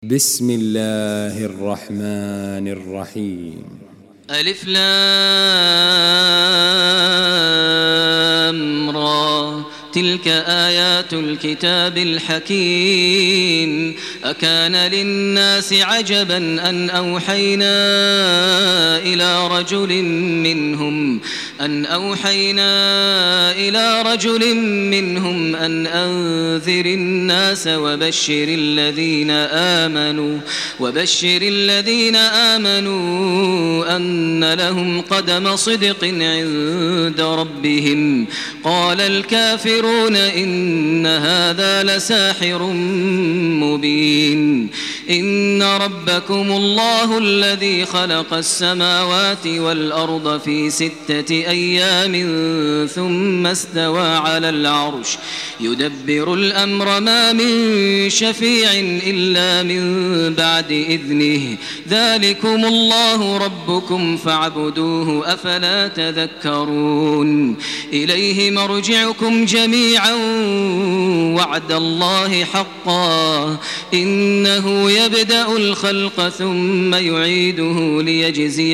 بسم الله الرحمن الرحيم. ألف لام را تلك آيات الكتاب الحكيم. أكان للناس عجبا أن أوحينا إلى رجل منهم أن أنذر الناس وبشر الذين آمنوا أن لهم قدم صدق عند ربهم. قال الكافرون إن هذا لساحر مبين. إن ربكم الله الذي خلق السماوات والأرض في 6 أيام ثم استوى على العرش يدبر الأمر ما من شفيع إلا من بعد إذنه. ذلكم الله ربكم فاعبدوه أفلا تذكرون. إليه مرجعكم جميعا وعد الله حقا إنه يبدأ الخلق ثم يعيده ليجزي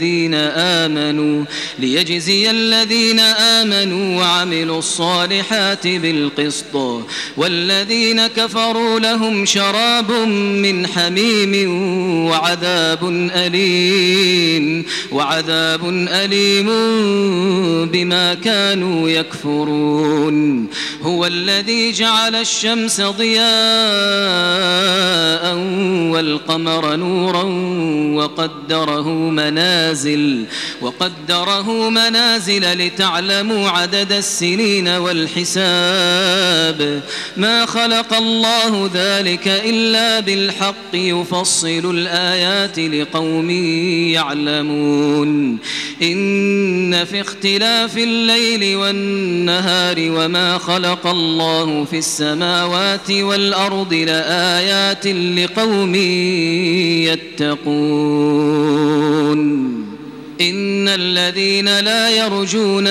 الذين آمنوا وعملوا الصالحات بالقسط. والذين كفروا لهم شراب من حميم وعذاب أليم بما كانوا يكفرون. هو الذي جعل الشمس ضياء والقمر نورا وقدره منازل لتعلموا عدد السنين والحساب. ما خلق الله ذلك إلا بالحق يفصل الآيات لقوم يعلمون. إن في اختلاف الليل والنهار وما خلق الله في السماوات والأرض لآيات لقوم يتقون. إن الذين لا يرجون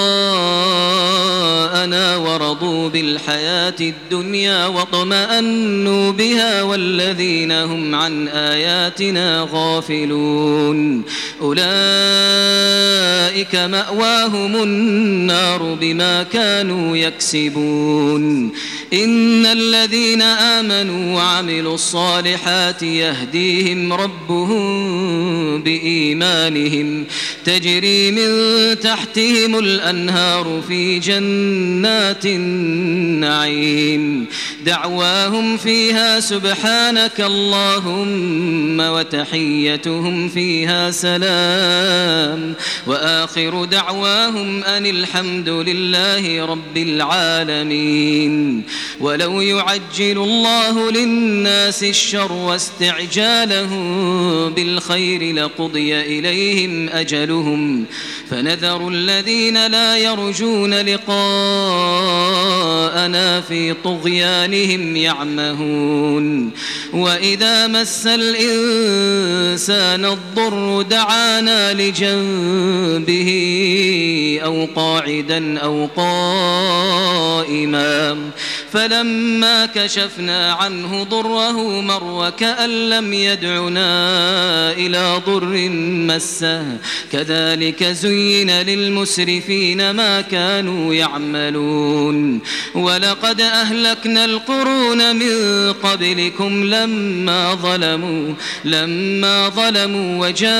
لقاءنا ورضوا بالحياة الدنيا واطمأنوا بها والذين هم عن آياتنا غافلون أولئك مأواهم النار بما كانوا يكسبون. إن الذين آمنوا وعملوا الصالحات يهديهم ربهم بإيمانهم تجري من تحتهم الأنهار في جنات النعيم. دعواهم فيها سبحانك اللهم وتحيتهم فيها سلام وآخر دعواهم أن الحمد لله رب العالمين. ولو يعجل الله للناس الشر واستعجالهم بالخير لقضي إليهم أجلهم فنذر الذين لا يرجون لقاءنا في طغيانهم يعمهون. وإذا مس الإنسان الضر دعانا لجنبه أو قاعدا أو قائما فلما كشفنا عنه ضره مر وكأن لم يدعنا إلى ضر مسه كذلك زين للمسرفين ما كانوا يعملون. ولقد أهلكنا القرون من قبلكم لما ظلموا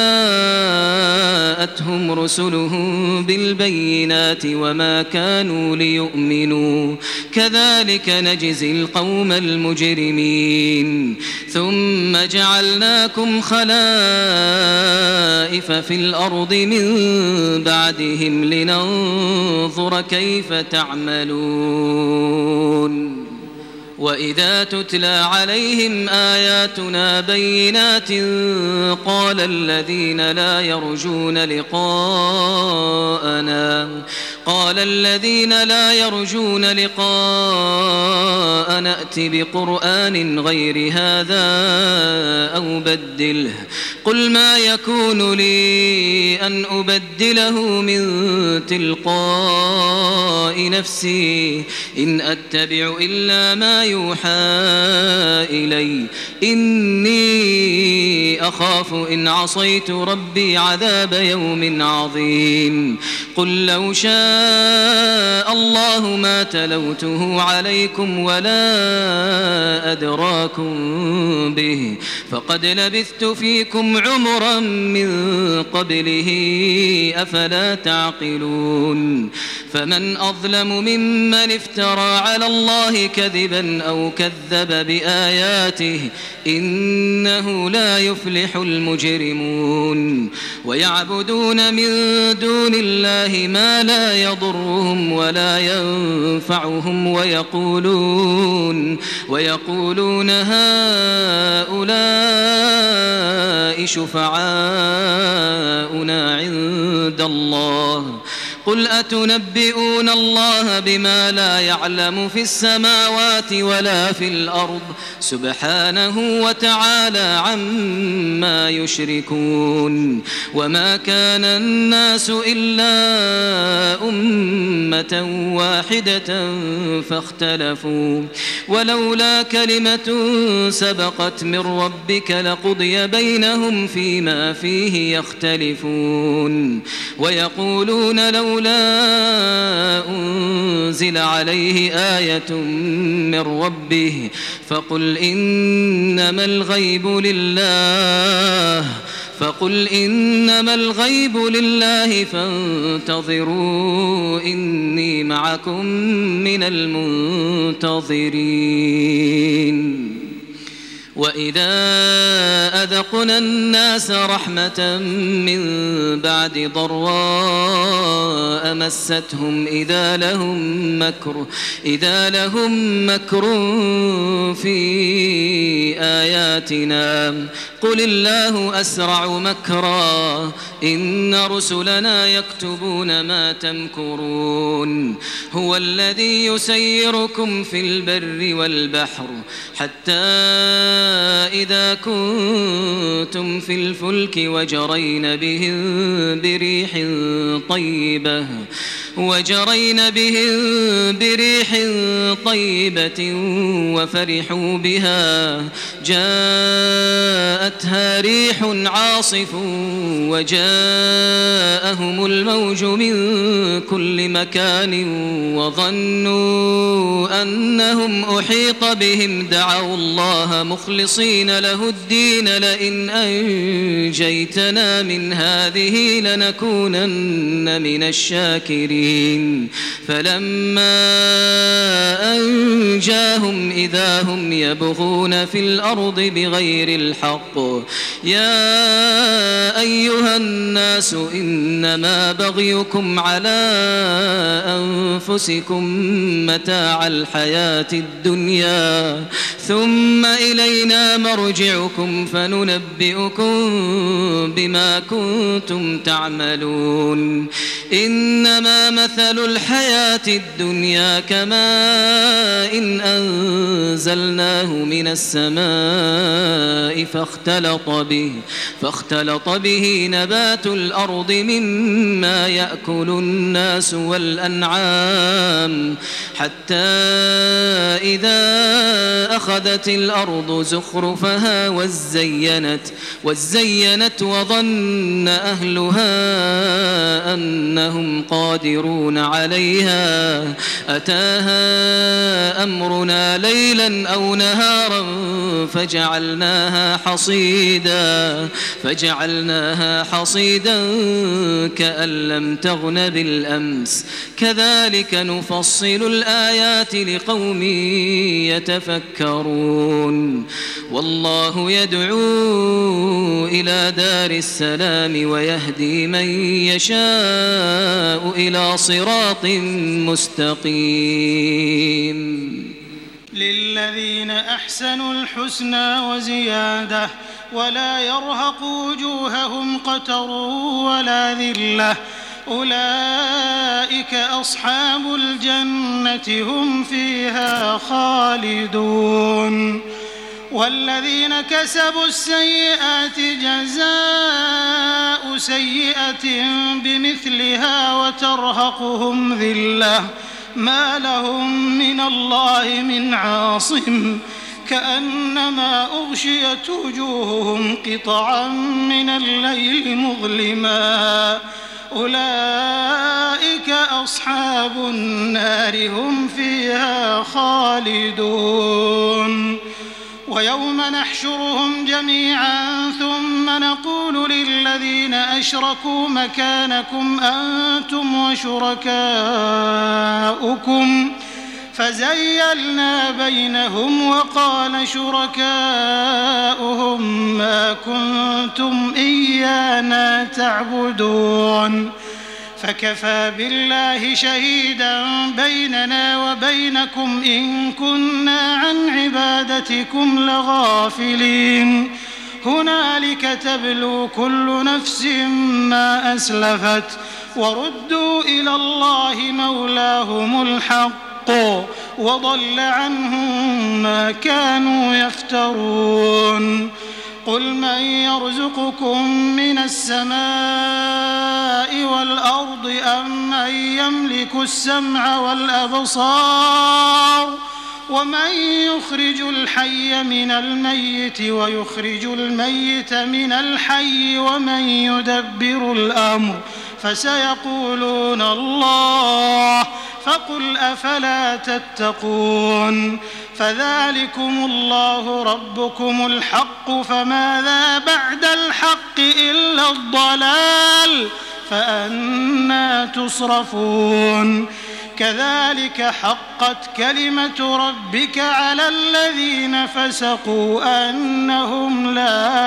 وجاءتهم رسلهم بالبينات وما كانوا ليؤمنوا كذلك نجزي القوم المجرمين. ثم جعلناكم خلائف في الأرض من بعدهم لننظر كيف تعملون. وإذا تتلى عليهم آياتنا بينات قال الذين لا يرجون لقاءنا ائت بقرآن غير هذا أو بدله قل ما يكون لي أن أبدله من تلقاء نفسي إن أتبع إلا ما يوحى إلي إني أخاف إن عصيت ربي عذاب يوم عظيم قل لو شاء الله ما تلوته عليكم ولا أدراكم به فقد لبثت فيكم عمرا من قبله أفلا تعقلون فمن أظلم ممن افترى على الله كذبا أو كذب بآياته إنه لا يفلح المجرمون ويعبدون من دون الله ما لا يضرهم ولا ينفعهم ويقولون هؤلاء شفعاؤنا عند الله قل أتنبئون الله بما لا يعلم في السماوات ولا في الأرض سبحانه وتعالى عما يشركون وما كان الناس إلا أمة واحدة فاختلفوا ولولا كلمة سبقت من ربك لقضي بينهم فيما فيه يختلفون ويقولون لولا أنزل عليه آية من ربه فقل إنما الغيب لله فانتظروا إني معكم من المنتظرين وإذا أذقنا الناس رحمة من بعد ضراء مستهم إذا لهم مكر في آياتنا قل الله أسرع مكرا إن رسلنا يكتبون ما تمكرون هو الذي يسيركم في البر والبحر حتى إذا كنتم في الفلك وجرين بهم بريح طيبة وفرحوا بها جاءتها ريح عاصف وجاءهم الموج من كل مكان وظنوا أنهم أحيط بهم دعوا الله مخلصين له الدين لئن أنجيتنا من هذه لنكونن من الشاكرين فلما أنجاهم إذا هم يبغون في الأرض بغير الحق يا أيها الناس إنما بغيكم على أنفسكم متاع الحياة الدنيا ثم إلينا مرجعكم فننبئكم بما كنتم تعملون إنما مثل الحياة الدنيا كماء إن أنزلناه من السماء فاختلط به نبات الأرض مما يأكل الناس والأنعام حتى إذا أخذت الأرض زخرفها وزينت وظن أهلها أنهم قادرون عليها أتاها أمرنا ليلا أو نهارا فجعلناها حصيدا كأن لم تغن بالأمس كذلك نفصل الآيات لقوم يتفكرون والله يدعو إلى دار السلام ويهدي من يشاء إلى صراط مستقيم للذين أحسنوا الحسنى وزيادة ولا يرهق وجوههم قتر ولا ذلة أولئك أصحاب الجنة هم فيها خالدون والذين كسبوا السيئات جزاء سيئة بمثلها وترهقهم ذلة ما لهم من الله من عاصم كأنما أغشيت وجوههم قطعا من الليل مظلما أولئك أصحاب النار هم فيها خالدون ويوم نحشرهم جميعا ثم نقول للذين أشركوا مكانكم أنتم وشركاؤكم فزيلنا بينهم وقال شركاؤهم ما كنتم إيانا تعبدون فكفى بالله شهيدا بيننا وبينكم إن كنا عن عبادتكم لغافلين هنالك تبلو كل نفس ما أسلفت وردوا إلى الله مولاهم الحق وضل عنهم ما كانوا يفترون قل من يرزقكم من السماء والأرض أم من يملك السمع والأبصار ومن يخرج الحي من الميت ويخرج الميت من الحي ومن يدبر الأمر فسيقولون الله فقل أفلا تتقون فذلكم الله ربكم الحق فماذا بعد الحق إلا الضلال فأنى تصرفون كذلك حقت كلمة ربك على الذين فسقوا أنهم لا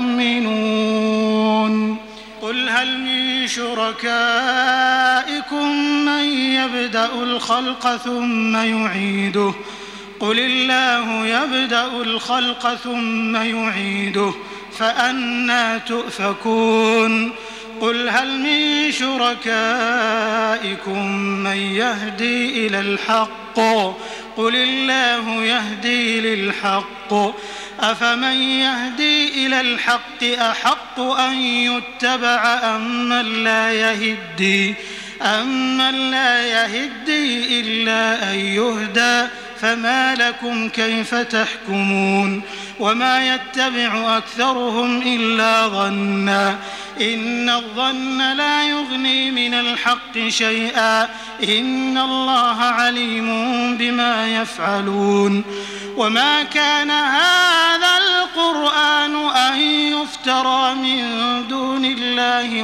يؤمنون قل هل من شركائكم من يبدأ الخلق ثم يعيده قل الله يبدأ الخلق ثم يعيده فأنى تؤفكون قل هل من شركائكم من يهدي إلى الحق قل الله يهدي للحق أفمن يهدي إلى الحق أحق أن يتبع أمن لا يهدي إلا أن يهدى فما لكم كيف تحكمون وما يتبع أكثرهم إلا ظنا إن الظن لا يغني من الحق شيئا إن الله عليم بما يفعلون وما كان هذا القرآن أن يفترى من دون الله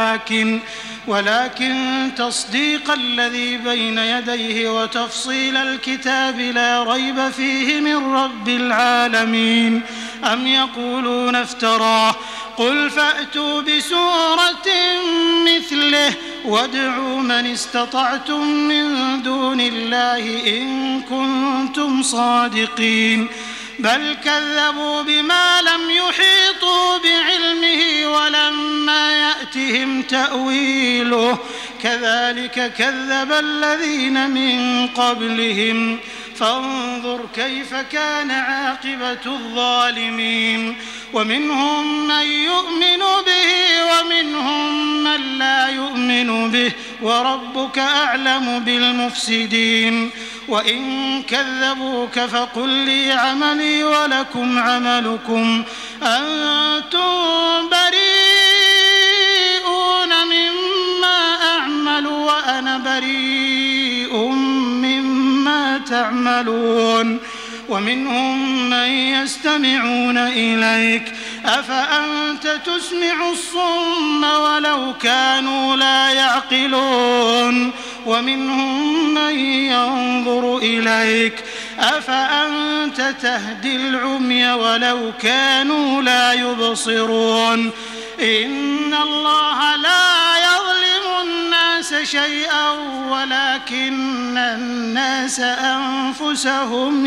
ولكن تصديق الذي بين يديه وتفصيل الكتاب لا ريب فيه من رب العالمين أم يقولون افتراه قل فأتوا بسورة مثله وادعوا من استطعتم من دون الله إن كنتم صادقين بل كذبوا بما لم يحيطوا بعلمه ولما يأتهم تأويله كذلك كذب الذين من قبلهم فانظر كيف كان عاقبة الظالمين ومنهم من يؤمن به ومنهم من لا يؤمن به وربك أعلم بالمفسدين وإن كذبوك فقل لي عملي ولكم عملكم أنتم بريئون مما أعمل وأنا بريء مما تعملون ومنهم من يستمعون إليك أفأنت تسمع الصم ولو كانوا لا يعقلون ومنهم من ينظر إليك أفأنت تهدي العمي ولو كانوا لا يبصرون إن الله لا يظلم الناس شيئا ولكن الناس أنفسهم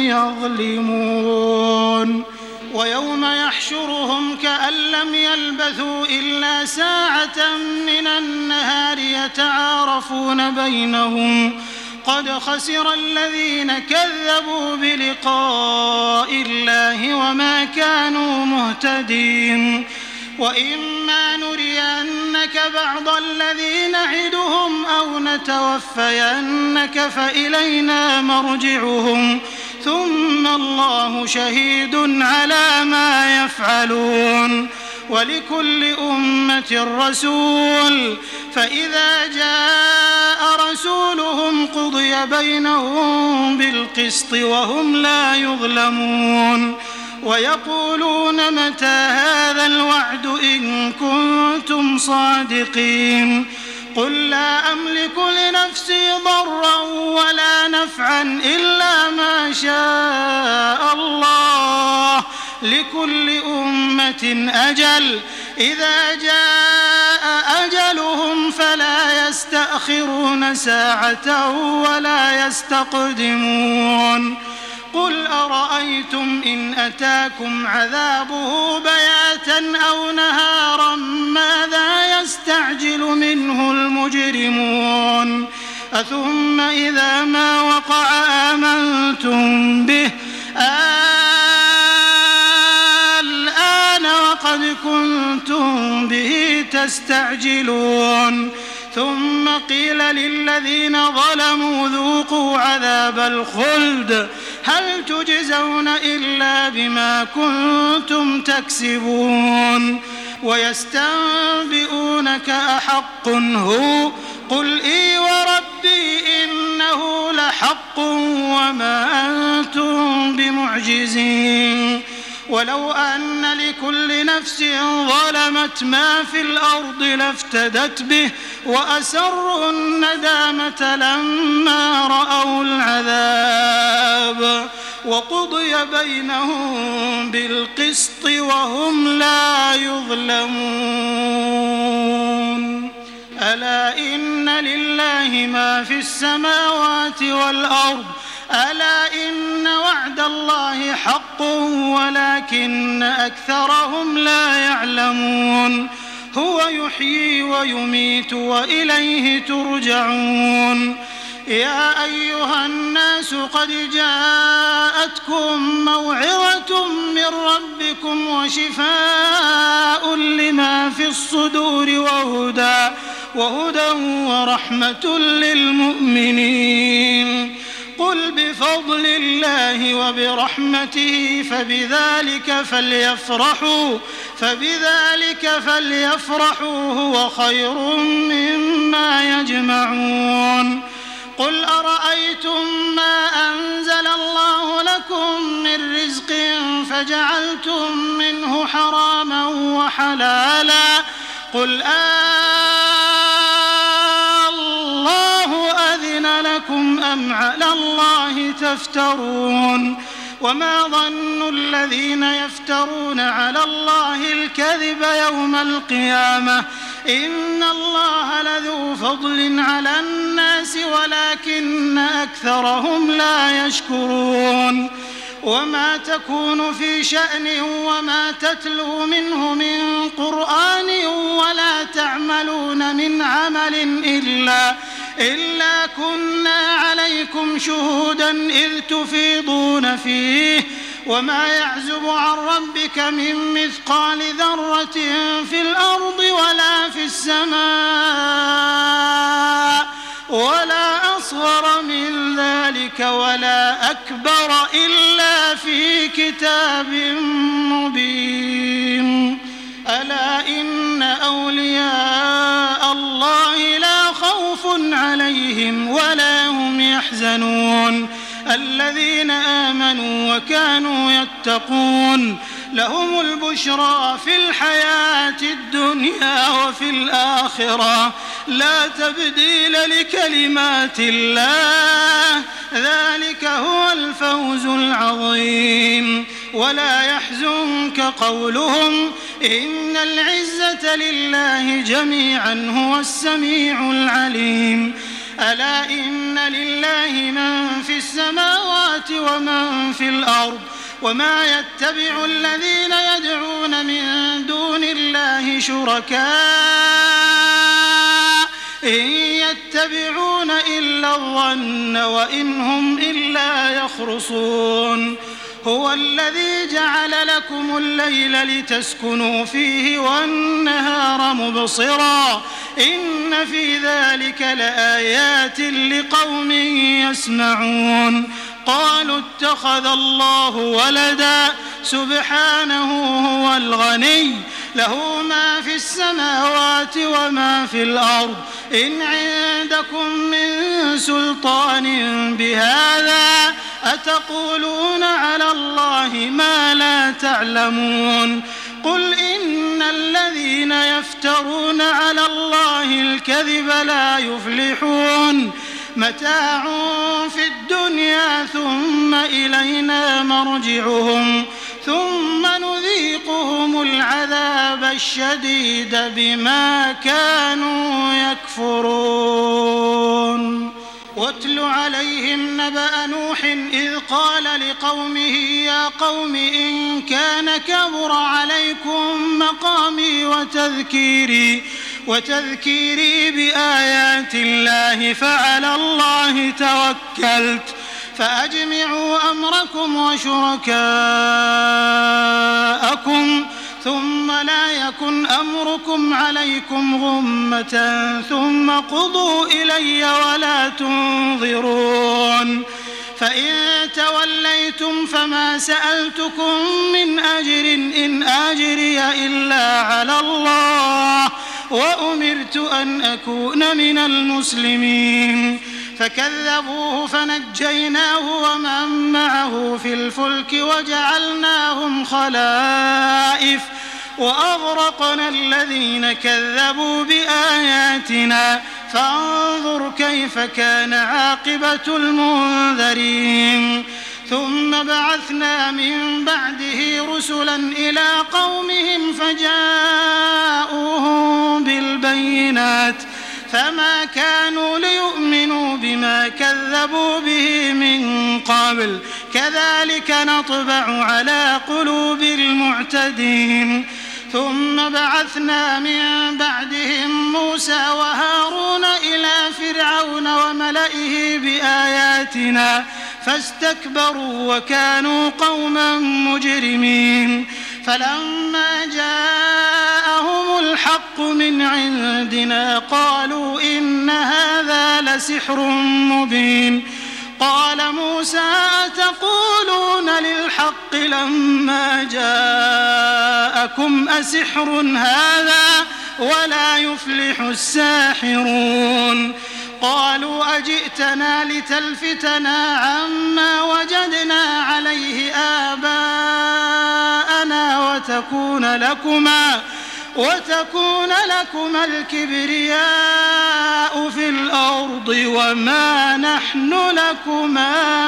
يظلمون ويوم يحشرهم كأن لم يلبثوا إلا ساعة من النهار يتعارفون بينهم قد خسر الذين كذبوا بلقاء الله وما كانوا مهتدين وإما نرينك بعض الذي نعدهم أو نتوفينك فإلينا مرجعهم ثم الله شهيد على ما يفعلون ولكل أمة رسول فإذا جاء رسولهم قضي بينهم بالقسط وهم لا يظلمون ويقولون متى هذا الوعد إن كنتم صادقين قل لا أملك لنفسي ضرا ولا نفعا إلا ما شاء الله لكل أمة أجل إذا جاء أجلهم فلا يستأخرون ساعة ولا يستقدمون قل أرأيتم إن أتاكم عذابه بياتا أو نهارا ماذا يستعجل منه المجرمون أثم إذا ما وقع آمنتم به الآن وقد كنتم به تستعجلون ثم قيل للذين ظلموا ذوقوا عذاب الخلد هل تجزون إلا بما كنتم تكسبون ويستنبئونك أحق هو قل إي وربي إنه لحق وما أنتم بمعجزين ولو أن لكل نفس ظلمت ما في الأرض لافتدت به وأسروا الندامة لما رأوا العذاب وقضي بينهم بالقسط وهم لا يظلمون ألا إن لله ما في السماوات والأرض ألا إن وعد الله حق ولكن أكثرهم لا يعلمون هو يحيي ويميت وإليه ترجعون يا أيها الناس قد جاءتكم موعظة من ربكم وشفاء لما في الصدور وهدى ورحمة للمؤمنين قل بفضل الله وبرحمته فبذلك فليفرحوا هو خير مما يجمعون قل أرأيتم ما أنزل الله لكم من رزق فجعلتم منه حراما وحلالا قل الله أذن لكم أم على الله تفترون وما ظن الذين يفترون على الله الكذب يوم القيامة إن الله لذو فضل على الناس ولكن أكثرهم لا يشكرون وما تكون في شأن وما تتلو منه من قرآن ولا تعملون من عمل إلا كنا عليكم شهودا إذ تفيضون فيه وما يعزب عن ربك من مثقال ذرة في الأرض ولا في السماء ولا أصغر من ذلك ولا أكبر إلا في كتاب مبين ألا إن أولياء الله لا خوف عليهم ولا هم يحزنون الذين آمنوا وكانوا يتقون لهم البشرى في الحياة الدنيا وفي الآخرة لا تبديل لكلمات الله ذلك هو الفوز العظيم ولا يحزنك قولهم إن العزة لله جميعا هو السميع العليم ألا إن لله من في السماوات ومن في الأرض وما يتبع الذين يدعون من دون الله شركاء إن يتبعون إلا الظن وإن هم إلا يخرصون هو الذي جعل لكم الليل لتسكنوا فيه والنهار مبصرا إن في ذلك لآيات لقوم يسمعون قالوا اتخذ الله ولدا سبحانه هو الغني له ما في السماوات وما في الأرض إن عندكم من سلطان بهذا أتقولون على الله ما لا تعلمون قل إن الذين يفترون على الله الكذب لا يفلحون متاع في الدنيا ثم إلينا مرجعهم ثم نذيقهم العذاب الشديد بما كانوا يكفرون واتل عليهم نبأ نوح إذ قال لقومه يا قوم إن كان كبر عليكم مقامي وتذكيري بآيات الله فعلى الله توكلت فأجمعوا أمركم وشركاءكم ثم لا يكن أمركم عليكم غمة ثم قضوا إلي ولا تنظرون فإن توليتم فما سألتكم من أجر إن أجري إلا على الله وأمرت أن أكون من المسلمين فكذبوه فنجيناه ومن معه في الفلك وجعلناهم خلائف وأغرقنا الذين كذبوا بآياتنا فانظر كيف كان عاقبة المنذرين ثم بعثنا من بعده رسلا إلى قومهم فجاءوهم بالبينات فما كانوا ليؤمنوا بما كذبوا به من قبل كذلك نطبع على قلوب المعتدين ثم بعثنا من بعدهم موسى وهارون إلى فرعون وملئه بآياتنا فاستكبروا وكانوا قوما مجرمين فلما جاءهم الحق من عندنا قالوا إن هذا لسحر مبين قال موسى أتقولون للحق لما جاءكم أسحر هذا ولا يفلح الساحرون قالوا أجئتنا لتلفتنا عما وجدنا عليه آباءنا وتكون لكما الكبرياء في الأرض وما نحن لكما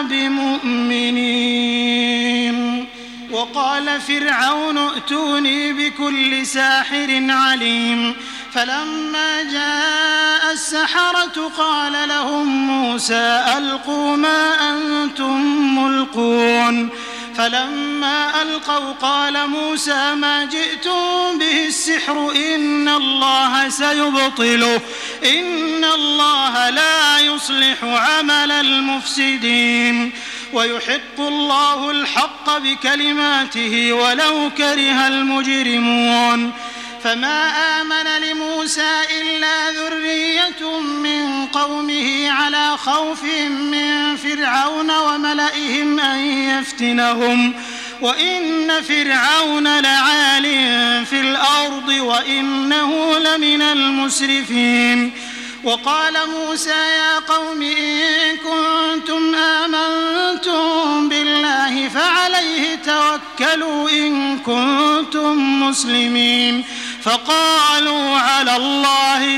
بمؤمنين وقال فرعون ائتوني بكل ساحر عليم فلما جاء السحرة قال لهم موسى ألقوا ما أنتم ملقون فلما ألقوا قال موسى ما جئتم به السحر إن الله سيبطله إن الله لا يصلح عمل المفسدين ويحق الله الحق بكلماته ولو كره المجرمون فما آمن لموسى إلا ذرية من قومه على خوف من فرعون وملئهم أن يفتنهم وإن فرعون لعال في الأرض وإنه لمن المسرفين وقال موسى يا قوم إن كنتم آمنتم بالله فعليه توكلوا إن كنتم مسلمين فقالوا على الله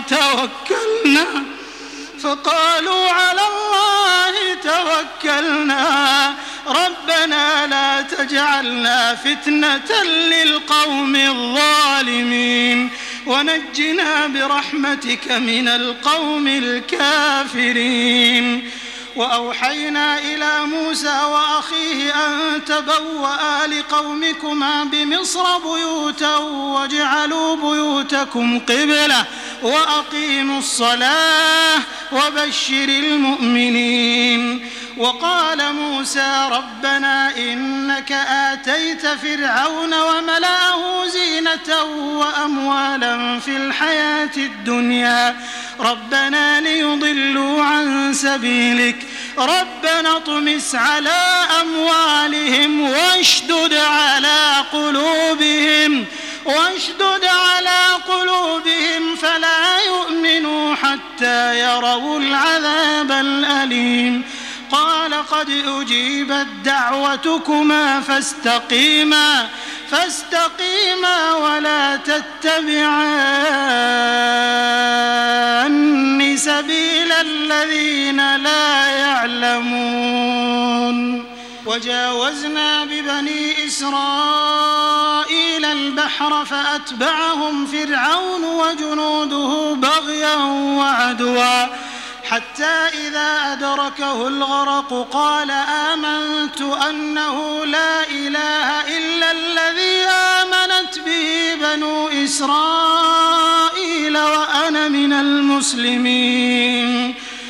توكلنا ربنا لا تجعلنا فتنة للقوم الظالمين ونجنا برحمتك من القوم الكافرين وأوحينا إلى موسى وأخيه أن تبوأ لقومكما بمصر بيوتا واجعلوا بيوتكم قبلة وأقيموا الصلاة وبشر المؤمنين وقال موسى ربنا إنك آتيت فرعون وملأه زينة وأموالا في الحياة الدنيا ربنا ليضلوا عن سبيلك ربنا اطمس على أموالهم واشدد على قلوبهم فلا يؤمنوا حتى يروا العذاب الأليم قال قد أجيبت دعوتكما فاستقيما ولا تتبعان سبيل الذين لا يعلمون وجاوزنا ببني إسرائيل البحر فأتبعهم فرعون وجنوده بغيا وعدوا حتى إذا أدركه الغرق قال آمنت أنه لا إله إلا الذي آمنت به بنو إسرائيل وأنا من المسلمين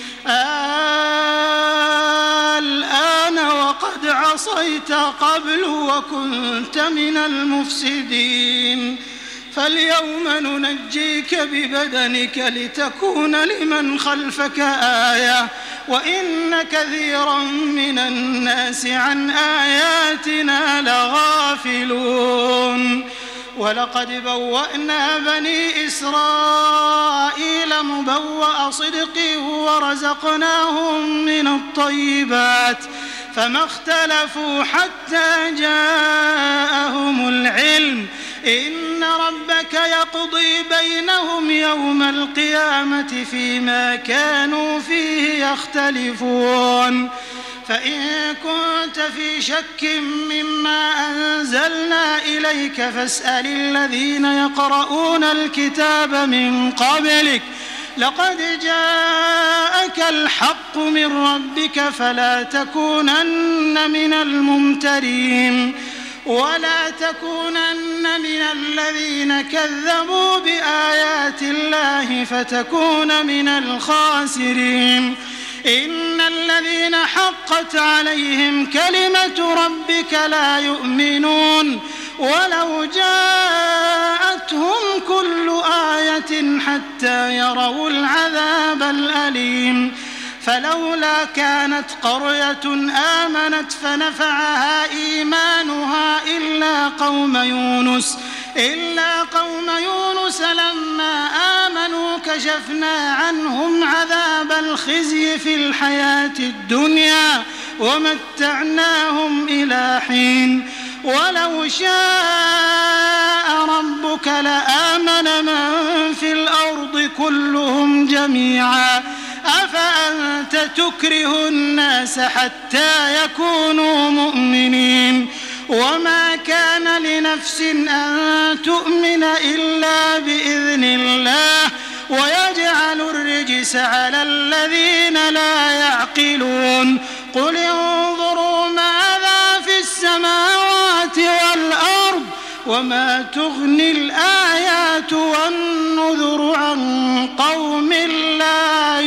الآن وقد عصيت قبل وكنت من المفسدين فاليوم ننجيك ببدنك لتكون لمن خلفك آية وإن كثيرا من الناس عن آياتنا لغافلون ولقد بوأنا بني إسرائيل مبوأ صدق ورزقناهم من الطيبات فما اختلفوا حتى جاءهم العلم إن ربك يقضي بينهم يوم القيامة فيما كانوا فيه يختلفون فإن كنت في شك مما أنزلنا إليك فاسأل الذين يقرؤون الكتاب من قبلك لقد جاءك الحق من ربك فلا تكونن من الممترين ولا تكونن من الذين كذبوا بآيات الله فتكون من الخاسرين إن الذين حقت عليهم كلمة ربك لا يؤمنون ولو جاءتهم كل آية حتى يروا العذاب الأليم فلولا كانت قرية آمنت فنفعها إيمانها إلا قوم يونس لما آمنوا كشفنا عنهم عذاب الخزي في الحياة الدنيا ومتعناهم إلى حين ولو شاء ربك لآمن من في الأرض كلهم جميعا أفأنت تكره الناس حتى يكونوا مؤمنين وما كان لنفس أن تؤمن إلا بإذن الله ويجعل الرجس على الذين لا يعقلون قل انظروا ماذا في السماوات والأرض وما تغني الآيات والنذر عن قوم لا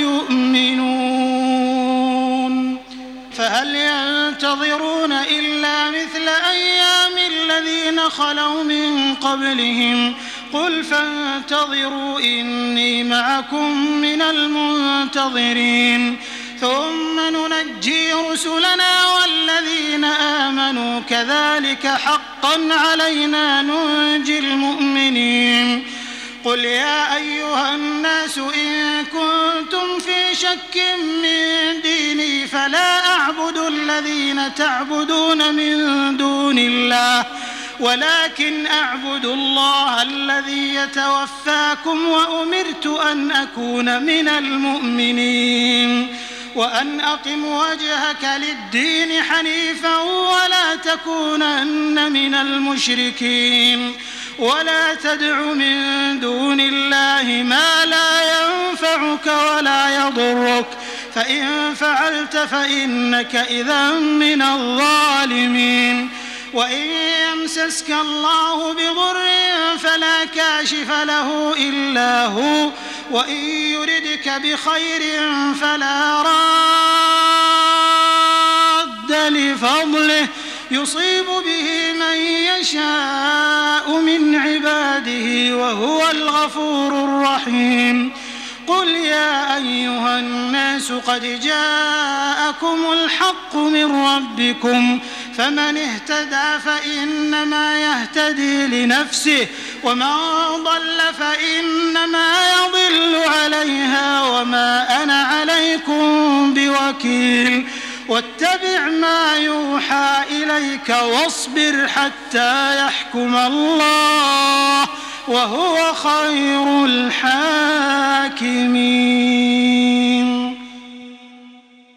يؤمنون فهل ينتظرون إلا مثل أيام الذين خلوا من قبلهم قل فانتظروا إني معكم من المنتظرين ثم ننجي رسلنا والذين آمنوا كذلك حقا علينا ننجي المؤمنين قل يا أيها الناس إن كنتم في شك من ديني فلا أعبد الذين تعبدون من دون الله ولكن أعبد الله الذي يتوفاكم وأمرت أن أكون من المؤمنين وأن أقم وجهك للدين حنيفا ولا تكونن من المشركين ولا تدع من دون الله ما لا ينفعك ولا يضرك فإن فعلت فإنك إذا من الظالمين وإن يمسسك الله بضر فلا كاشف له إلا هو وإن يردك بخير فلا رد لفضله يصيب به من يشاء من عباده وهو الغفور الرحيم. قل يا أيها الناس قد جاءكم الحق من ربكم فمن اهتدى فإنما يهتدي لنفسه ومن ضل فإنما يضل عليها وما أنا عليكم بوكيل. واتبع ما يوحى إليك واصبر حتى يحكم الله وهو خير الحاكمين.